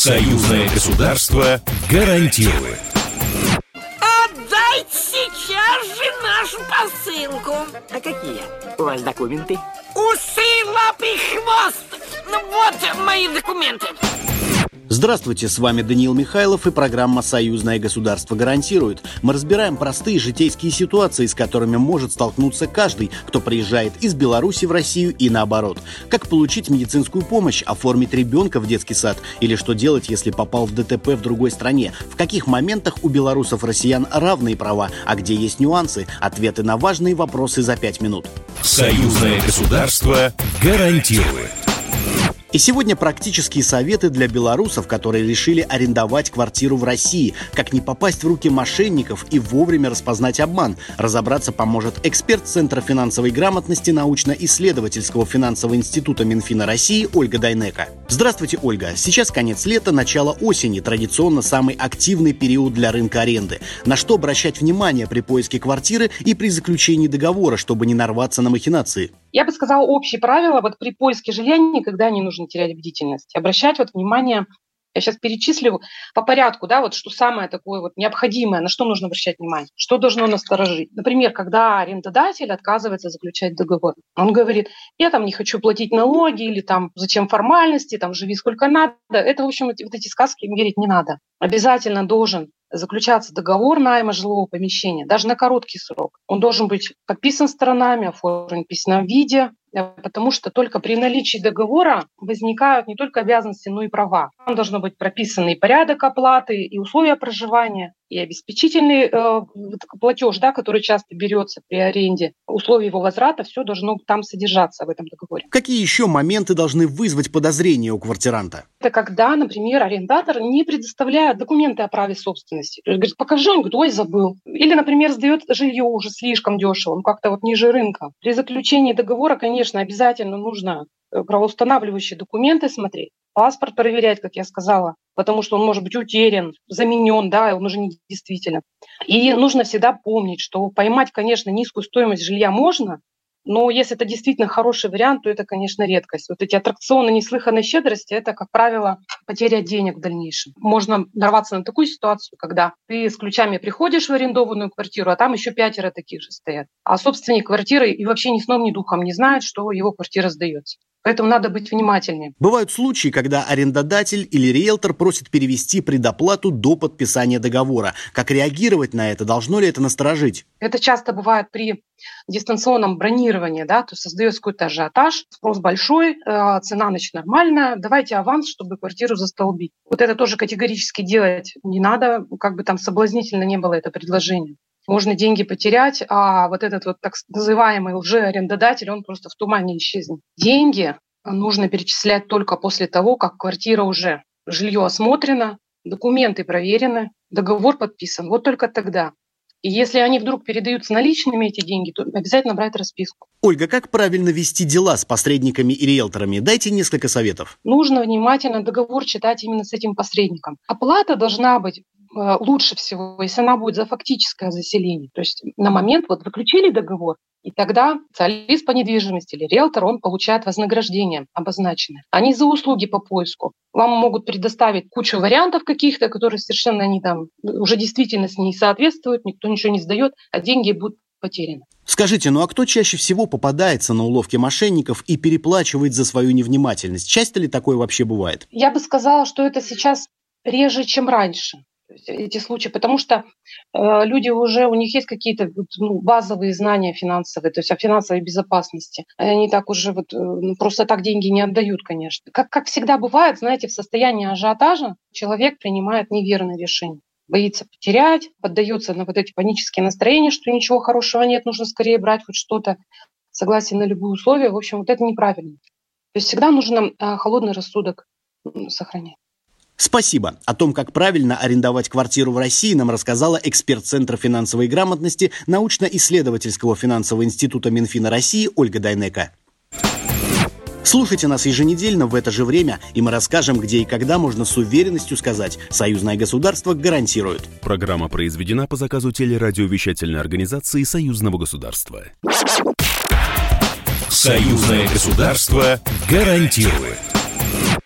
Союзное государство гарантирует. Отдайте сейчас же нашу посылку. А какие у вас документы? Усы, лапы, хвост. Ну вот мои документы. Здравствуйте, с вами Даниил Михайлов и программа «Союзное государство гарантирует». Мы разбираем простые житейские ситуации, с которыми может столкнуться каждый, кто приезжает из Беларуси в Россию и наоборот. Как получить медицинскую помощь, оформить ребенка в детский сад или что делать, если попал в ДТП в другой стране. В каких моментах у белорусов и россиян равные права, а где есть нюансы. Ответы на важные вопросы за 5 минут. Союзное государство гарантирует. И сегодня практические советы для белорусов, которые решили арендовать квартиру в России. Как не попасть в руки мошенников и вовремя распознать обман. Разобраться поможет эксперт Центра финансовой грамотности научно-исследовательского финансового института Минфина России Ольга Дайнеко. Здравствуйте, Ольга. Сейчас конец лета, начало осени. Традиционно самый активный период для рынка аренды. На что обращать внимание при поиске квартиры и при заключении договора, чтобы не нарваться на махинации? Я бы сказала, общие правила при поиске жилья никогда не нужно терять бдительность. Обращать внимание, я сейчас перечислю по порядку, что самое такое необходимое, на что нужно обращать внимание, что должно насторожить. Например, когда арендодатель отказывается заключать договор. Он говорит, я не хочу платить налоги, или зачем формальности, живи сколько надо. Это, в общем, эти сказки им верить не надо. Обязательно должен заключаться договор найма жилого помещения, даже на короткий срок. Он должен быть подписан сторонами, оформлен в письменном виде, потому что только при наличии договора возникают не только обязанности, но и права. Там должно быть прописан и порядок оплаты, и условия проживания, и обеспечительный платеж, который часто берется при аренде, условия его возврата, все должно там содержаться в этом договоре. Какие еще моменты должны вызвать подозрения у квартиранта? Это когда, например, арендатор не предоставляет документы о праве собственности. Говорит, покажи, он говорит, ой, забыл. Или, например, сдает жилье уже слишком дешево, он как-то ниже рынка. При заключении договора, конечно, обязательно нужно правоустанавливающие документы смотреть, паспорт проверять, как я сказала, потому что он может быть утерян, заменен, он уже не действителен. И нужно всегда помнить, что поймать, конечно, низкую стоимость жилья можно, но если это действительно хороший вариант, то это, конечно, редкость. Эти аттракционы неслыханной щедрости – это, как правило, потеря денег в дальнейшем. Можно нарваться на такую ситуацию, когда ты с ключами приходишь в арендованную квартиру, а там еще 5 таких же стоят. А собственник квартиры и вообще ни сном, ни духом не знает, что его квартира сдается. Поэтому надо быть внимательнее. Бывают случаи, когда арендодатель или риэлтор просит перевести предоплату до подписания договора. Как реагировать на это? Должно ли это насторожить? Это часто бывает при дистанционном бронировании, то есть создается какой-то ажиотаж, спрос большой, цена нормальная, давайте аванс, чтобы квартиру застолбить. Это тоже категорически делать не надо, как бы соблазнительно не было это предложение. Можно деньги потерять, а этот так называемый лжеарендодатель, он просто в тумане исчезнет. Деньги нужно перечислять только после того, как квартира уже, жилье осмотрено, документы проверены, договор подписан. Только тогда. И если они вдруг передаются наличными, эти деньги, то обязательно брать расписку. Ольга, как правильно вести дела с посредниками и риэлторами? Дайте несколько советов. Нужно внимательно договор читать именно с этим посредником. Оплата должна быть лучше всего, если она будет за фактическое заселение. То есть на момент заключили договор, и тогда специалист по недвижимости или риэлтор, он получает вознаграждение обозначенное. Они за услуги по поиску. Вам могут предоставить кучу вариантов каких-то, которые совершенно уже действительности не соответствуют, никто ничего не сдает, а деньги будут потеряны. Скажите, а кто чаще всего попадается на уловки мошенников и переплачивает за свою невнимательность? Часто ли такое вообще бывает? Я бы сказала, что это сейчас реже, чем раньше. Эти случаи, потому что люди уже, у них есть какие-то базовые знания финансовые, то есть о финансовой безопасности. Они так уже просто так деньги не отдают, конечно. Как всегда бывает, знаете, в состоянии ажиотажа человек принимает неверное решение. Боится потерять, поддается на эти панические настроения, что ничего хорошего нет, нужно скорее брать хоть что-то, согласен на любые условия. В общем, это неправильно. То есть всегда нужно холодный рассудок сохранять. Спасибо. О том, как правильно арендовать квартиру в России, нам рассказала эксперт Центра финансовой грамотности научно-исследовательского финансового института Минфина России Ольга Дайнеко. Слушайте нас еженедельно в это же время, и мы расскажем, где и когда можно с уверенностью сказать: «Союзное государство гарантирует». Программа произведена по заказу телерадиовещательной организации Союзного государства. Союзное государство гарантирует.